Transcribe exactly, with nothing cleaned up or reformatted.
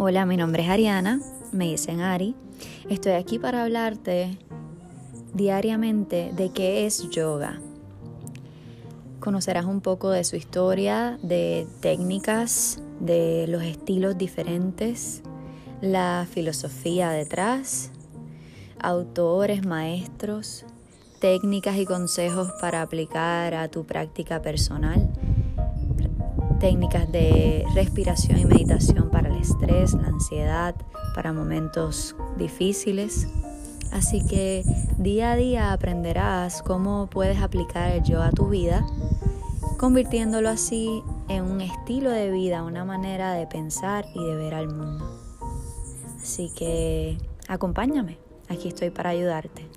Hola, mi nombre es Ariana, me dicen Ari. Estoy aquí para hablarte diariamente de qué es yoga. Conocerás un poco de su historia, de técnicas, de los estilos diferentes, la filosofía detrás, autores, maestros, técnicas y consejos para aplicar a tu práctica personal, técnicas de respiración y meditación para el estrés, la ansiedad, para momentos difíciles. Así que día a día aprenderás cómo puedes aplicar el yoga a tu vida, convirtiéndolo así en un estilo de vida, una manera de pensar y de ver al mundo. Así que acompáñame, aquí estoy para ayudarte.